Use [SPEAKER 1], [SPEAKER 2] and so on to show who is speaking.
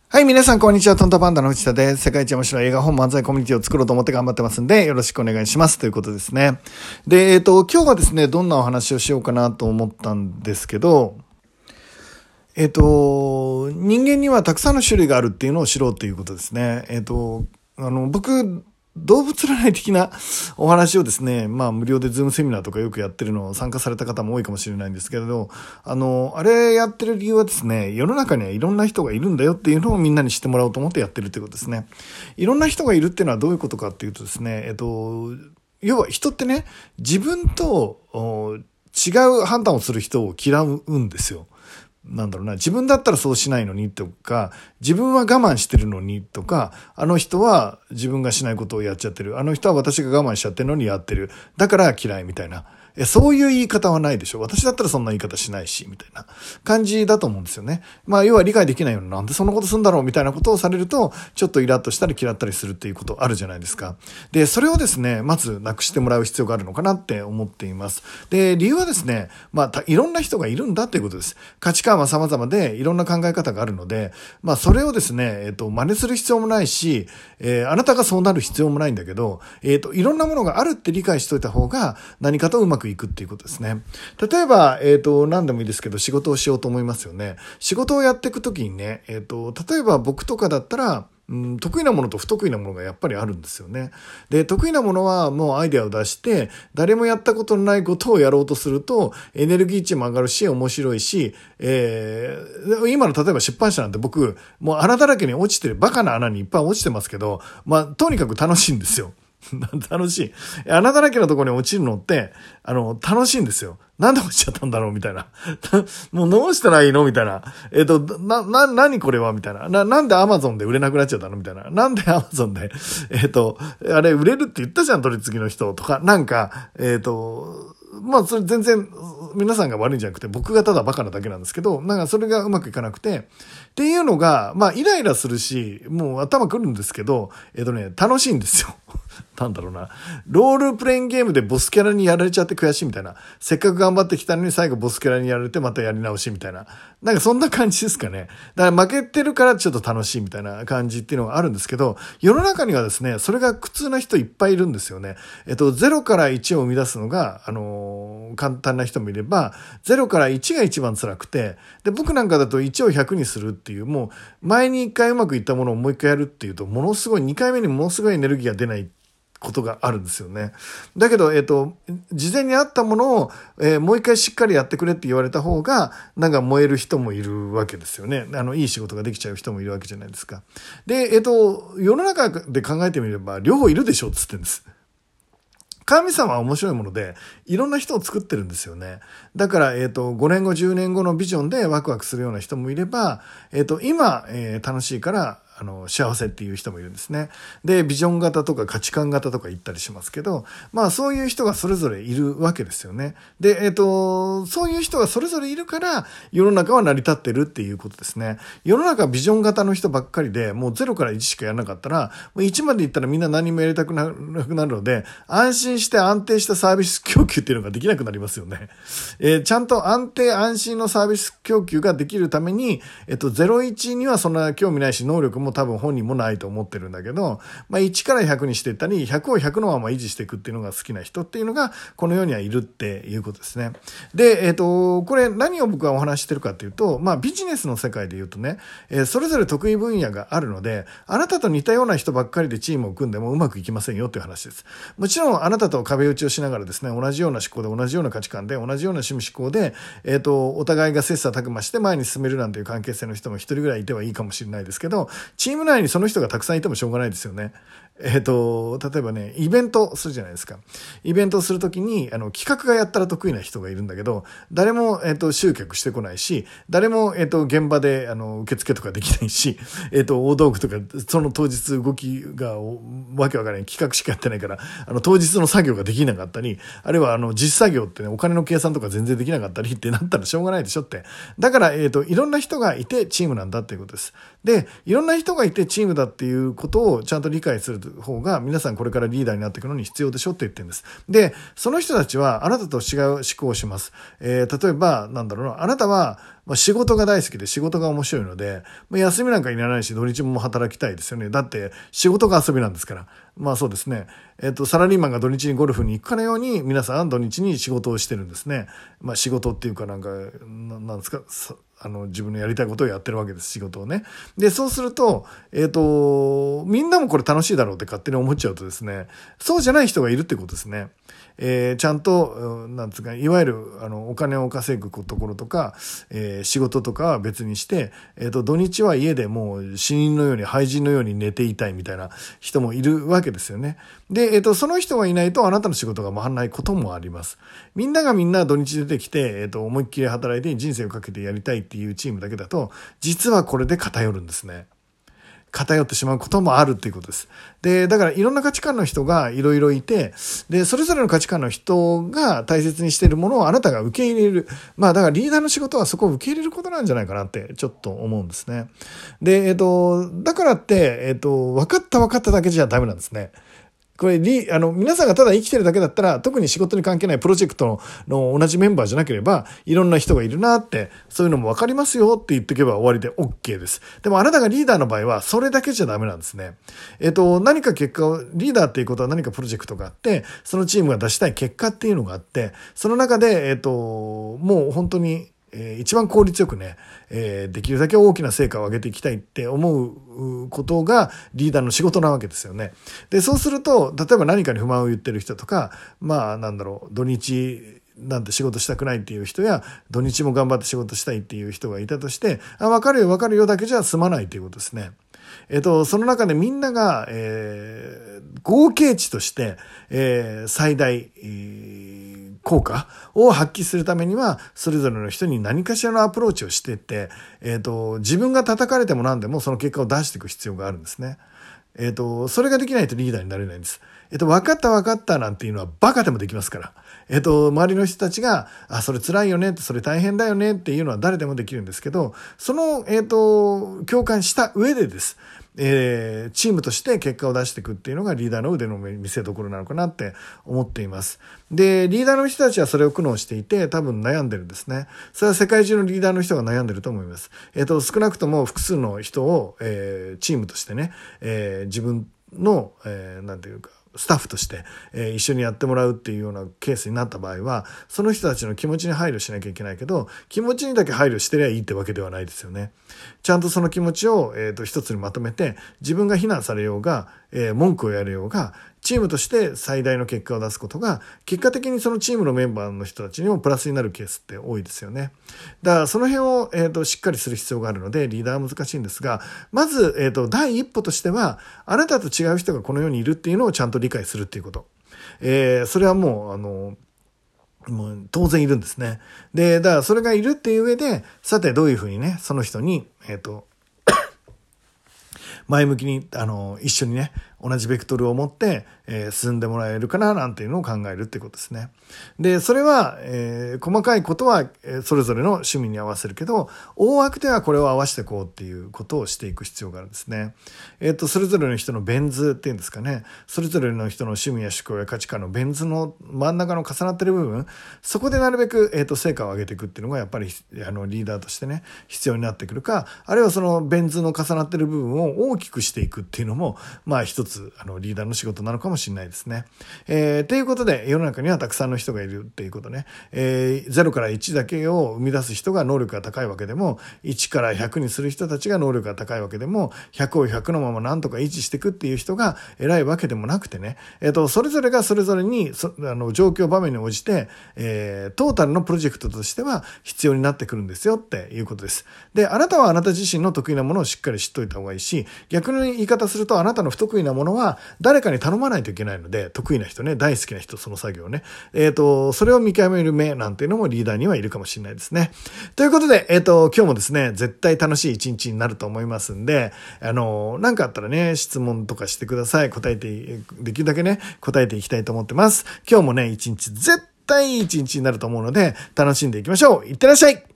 [SPEAKER 1] はい、皆さん、こんにちは。トントパンダの藤田です。世界一面白い映画本漫才コミュニティを作ろうと思って頑張ってますんで、よろしくお願いします。ということですね。で、今日はですね、どんなお話をしようかなと思ったんですけど、人間にはたくさんの種類があるっていうのを知ろうということですね。僕、動物占い的なお話をですね、無料でズームセミナーとかよくやってるのを参加された方も多いかもしれないんですけれど、あれやってる理由はですね、世の中にはいろんな人がいるんだよっていうのをみんなに知ってもらおうと思ってやってるっていうことですね。いろんな人がいるっていうのはどういうことかっていうとですね、要は人ってね、自分と違う判断をする人を嫌うんですよ。自分だったらそうしないのにとか、自分は我慢してるのにとか、あの人は自分がしないことをやっちゃってる。あの人は私が我慢しちゃってるのにやってる。だから嫌いみたいな。そういう言い方はないでしょ。私だったらそんな言い方しないし、みたいな感じだと思うんですよね。要は理解できないようになんでそんなことするんだろうみたいなことをされると、ちょっとイラッとしたり嫌ったりするっていうことあるじゃないですか。で、それをですね、まずなくしてもらう必要があるのかなって思っています。で、理由はですね、いろんな人がいるんだっていうことです。価値観は様々でいろんな考え方があるので、それをですね、真似する必要もないし、あなたがそうなる必要もないんだけど、いろんなものがあるって理解しといた方が何かとうまくいくっていうことですね。例えば、何でもいいですけど、仕事をしようと思いますよね。仕事をやっていくときにね、例えば僕とかだったら、得意なものと不得意なものがやっぱりあるんですよね。で、得意なものはもうアイデアを出して、誰もやったことのないことをやろうとすると、エネルギー値も上がるし、面白いし、今の例えば出版社なんて僕、もう穴だらけに落ちてる、バカな穴にいっぱい落ちてますけど、とにかく楽しいんですよ。楽しい。穴だらけのところに落ちるのって、楽しいんですよ。なんで落ちちゃったんだろうみたいな。もうどうしたらいいのみたいな。何これはみたいな。なんで Amazon で売れなくなっちゃったのみたいな。なんで Amazon で、あれ売れるって言ったじゃん、取り次ぎの人とか、それ全然、皆さんが悪いんじゃなくて、僕がただバカなだけなんですけど、それがうまくいかなくて、っていうのが、イライラするし、もう頭くるんですけど、楽しいんですよ。ロールプレインゲームでボスキャラにやられちゃって悔しいみたいな。せっかく頑張ってきたのに最後ボスキャラにやられてまたやり直しみたいな。そんな感じですかね。だから負けてるからちょっと楽しいみたいな感じっていうのがあるんですけど、世の中にはですね、それが苦痛な人いっぱいいるんですよね。0から1を生み出すのが、簡単な人もいれば、0から1が一番辛くて、で、僕なんかだと1を100にするっていう、もう前に1回うまくいったものをもう1回やるっていうと、ものすごい、2回目にものすごいエネルギーが出ないことがあるんですよね。だけど、事前にあったものを、もう一回しっかりやってくれって言われた方が、燃える人もいるわけですよね。いい仕事ができちゃう人もいるわけじゃないですか。で、世の中で考えてみれば、両方いるでしょっつってんです。神様は面白いもので、いろんな人を作ってるんですよね。だから、5年後、10年後のビジョンでワクワクするような人もいれば、今、楽しいから、幸せっていう人もいるんですね。で、ビジョン型とか価値観型とか言ったりしますけど、そういう人がそれぞれいるわけですよね。で、そういう人がそれぞれいるから、世の中は成り立ってるっていうことですね。世の中はビジョン型の人ばっかりで、もう0から1しかやらなかったら、もう1までいったらみんな何もやりたくなくなるので、安心して安定したサービス供給っていうのができなくなりますよね。ちゃんと安定安心のサービス供給ができるために、01にはそんな興味ないし、能力も多分本人もないと思ってるんだけど、1から100にしていったり、100を100のまま維持していくっていうのが好きな人っていうのが、この世にはいるっていうことですね。で、これ何を僕はお話ししてるかっていうと、ビジネスの世界で言うとね、それぞれ得意分野があるので、あなたと似たような人ばっかりでチームを組んでもうまくいきませんよっていう話です。もちろんあなたと壁打ちをしながらですね、同じような思考で、同じような価値観で、同じような趣味思考で、お互いが切磋琢磨して前に進めるなんていう関係性の人も一人ぐらいいてはいいかもしれないですけど、チーム内にその人がたくさんいてもしょうがないですよね。例えばね、イベントするじゃないですか。イベントをするときに、企画がやったら得意な人がいるんだけど、誰も、集客してこないし、誰も、現場で、受付とかできないし、大道具とか、その当日動きが、わけわからない企画しかやってないから、当日の作業ができなかったり、あるいは、実作業ってね、お金の計算とか全然できなかったりってなったらしょうがないでしょって。だから、いろんな人がいてチームなんだっていうことです。で、いろんな人がいてチームだっていうことをちゃんと理解する方が皆さんこれからリーダーになっていくのに必要でしょって言ってるんです。で、その人たちはあなたと違う思考をします。例えば、なんだろうな、あなたは仕事が大好きで仕事が面白いので、休みなんかいらないし土日も働きたいですよね。だって仕事が遊びなんですから。そうですね。サラリーマンが土日にゴルフに行くかのように皆さん土日に仕事をしてるんですね。仕事っていうかなんですか、自分のやりたいことをやってるわけです、仕事をね。で、そうすると、みんなもこれ楽しいだろうって勝手に思っちゃうとですね、そうじゃない人がいるってことですね。ちゃんと、なんですか、いわゆる、お金を稼ぐところとか、仕事とかは別にして、土日は家でもう死人のように、廃人のように寝ていたいみたいな人もいるわけですよね。で、その人がいないとあなたの仕事が回らないこともあります。みんながみんな土日出てきて、思いっきり働いて人生をかけてやりたいっていうチームだけだと、実はこれで偏るんですね。偏ってしまうこともあるっていうことです。で、だからいろんな価値観の人がいろいろいて、で、それぞれの価値観の人が大切にしているものをあなたが受け入れる。だからリーダーの仕事はそこを受け入れることなんじゃないかなってちょっと思うんですね。で、だからって、分かっただけじゃダメなんですね。これ、皆さんがただ生きてるだけだったら、特に仕事に関係ないプロジェクトの同じメンバーじゃなければ、いろんな人がいるなって、そういうのも分かりますよって言っておけば終わりで OK です。でもあなたがリーダーの場合は、それだけじゃダメなんですね。何か結果を、リーダーっていうことは何かプロジェクトがあって、そのチームが出したい結果っていうのがあって、その中で、もう本当に、一番効率よくね、できるだけ大きな成果を上げていきたいって思うことがリーダーの仕事なわけですよね。で、そうすると、例えば何かに不満を言ってる人とか、土日なんて仕事したくないっていう人や、土日も頑張って仕事したいっていう人がいたとして、わかるよだけじゃ済まないということですね。その中でみんなが、合計値として、最大、効果を発揮するためには、それぞれの人に何かしらのアプローチをしていって、自分が叩かれても何でもその結果を出していく必要があるんですね。それができないとリーダーになれないんです。分かったなんていうのはバカでもできますから。周りの人たちが、それ辛いよねって、それ大変だよねっていうのは誰でもできるんですけど、その、共感した上でです。チームとして結果を出していくっていうのがリーダーの腕の見せ所なのかなって思っています。で、リーダーの人たちはそれを苦悩していて多分悩んでるんですね。それは世界中のリーダーの人が悩んでると思います。少なくとも複数の人を、チームとしてね、自分の、なんていうか、スタッフとして、一緒にやってもらうっていうようなケースになった場合は、その人たちの気持ちに配慮しなきゃいけないけど、気持ちにだけ配慮してりゃいいってわけではないですよね。ちゃんとその気持ちを、一つにまとめて、自分が非難されようが、文句をやれようが、チームとして最大の結果を出すことが、結果的にそのチームのメンバーの人たちにもプラスになるケースって多いですよね。だからその辺を、しっかりする必要があるので、リーダーは難しいんですが、まず、第一歩としては、あなたと違う人がこの世にいるっていうのをちゃんと理解するっていうこと。それはもう当然いるんですね。で、だからそれがいるっていう上で、さてどういうふうにね、その人に、前向きに、一緒にね、同じベクトルを持って、進んでもらえるかななんていうのを考えるっていうことですね。で、それは、細かいことは、それぞれの趣味に合わせるけど、大枠ではこれを合わせていこうっていうことをしていく必要があるんですね。それぞれの人のベン図っていうんですかね。それぞれの人の趣味や思考や価値観のベン図の真ん中の重なっている部分、そこでなるべく、成果を上げていくっていうのがやっぱり、リーダーとしてね、必要になってくるか、あるいはそのベン図の重なっている部分を大きくしていくっていうのも、一つ、リーダーの仕事なのかもしれないですね。ということで、世の中にはたくさんの人がいるっていうことね。0から1だけを生み出す人が能力が高いわけでも、1から100にする人たちが能力が高いわけでも、100を100のままなんとか維持していくっていう人が偉いわけでもなくてね、それぞれがそれぞれに、状況場面に応じて、トータルのプロジェクトとしては必要になってくるんですよっていうことです。で、あなたはあなた自身の得意なものをしっかり知っといた方がいいし、逆の言い方するとあなたの不得意なものは誰かに頼まないといけないので、得意な人ね、大好きな人、その作業ね。それを見極める目なんていうのもリーダーにはいるかもしれないですね。ということで、今日もですね、絶対楽しい一日になると思いますんで、なんかあったらね、質問とかしてください。できるだけね、答えていきたいと思ってます。今日もね、一日絶対いい一日になると思うので、楽しんでいきましょう。いってらっしゃい。